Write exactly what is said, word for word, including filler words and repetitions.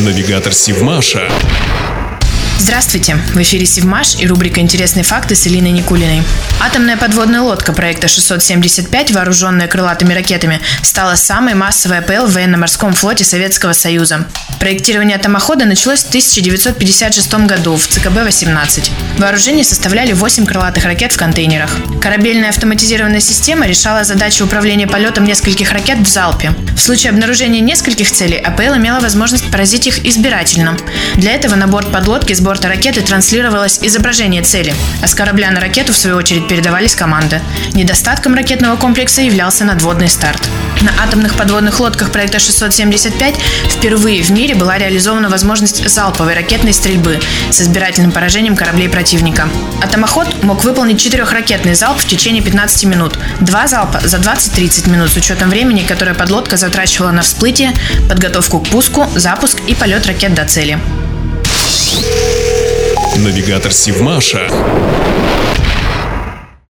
Навигатор Севмаша. Здравствуйте! В эфире Севмаш и рубрика «Интересные факты» с Элиной Никулиной. Атомная подводная лодка проекта шестьсот семьдесят пять, вооруженная крылатыми ракетами, стала самой массовой АПЛ в военно-морском флоте Советского Союза. Проектирование атомохода началось в тысяча девятьсот пятьдесят шестом году в ЦКБ восемнадцать. Вооружение составляли восемь крылатых ракет в контейнерах. Корабельная автоматизированная система решала задачу управления полетом нескольких ракет в залпе. В случае обнаружения нескольких целей АПЛ имела возможность поразить их избирательно. Для этого на борт подлодки с борта ракеты транслировалось изображение цели, а с корабля на ракету, в свою очередь, передавались команды. Недостатком ракетного комплекса являлся надводный старт. На атомных подводных лодках проекта шестьсот семьдесят пять впервые в мире была реализована возможность залповой ракетной стрельбы с избирательным поражением кораблей противника. Атомоход мог выполнить четырехракетный залп в течение пятнадцати минут, два залпа за двадцать-тридцать минут с учетом времени, которое подлодка затрачивала на всплытие, подготовку к пуску, запуск и полет ракет до цели. Навигатор Севмаша.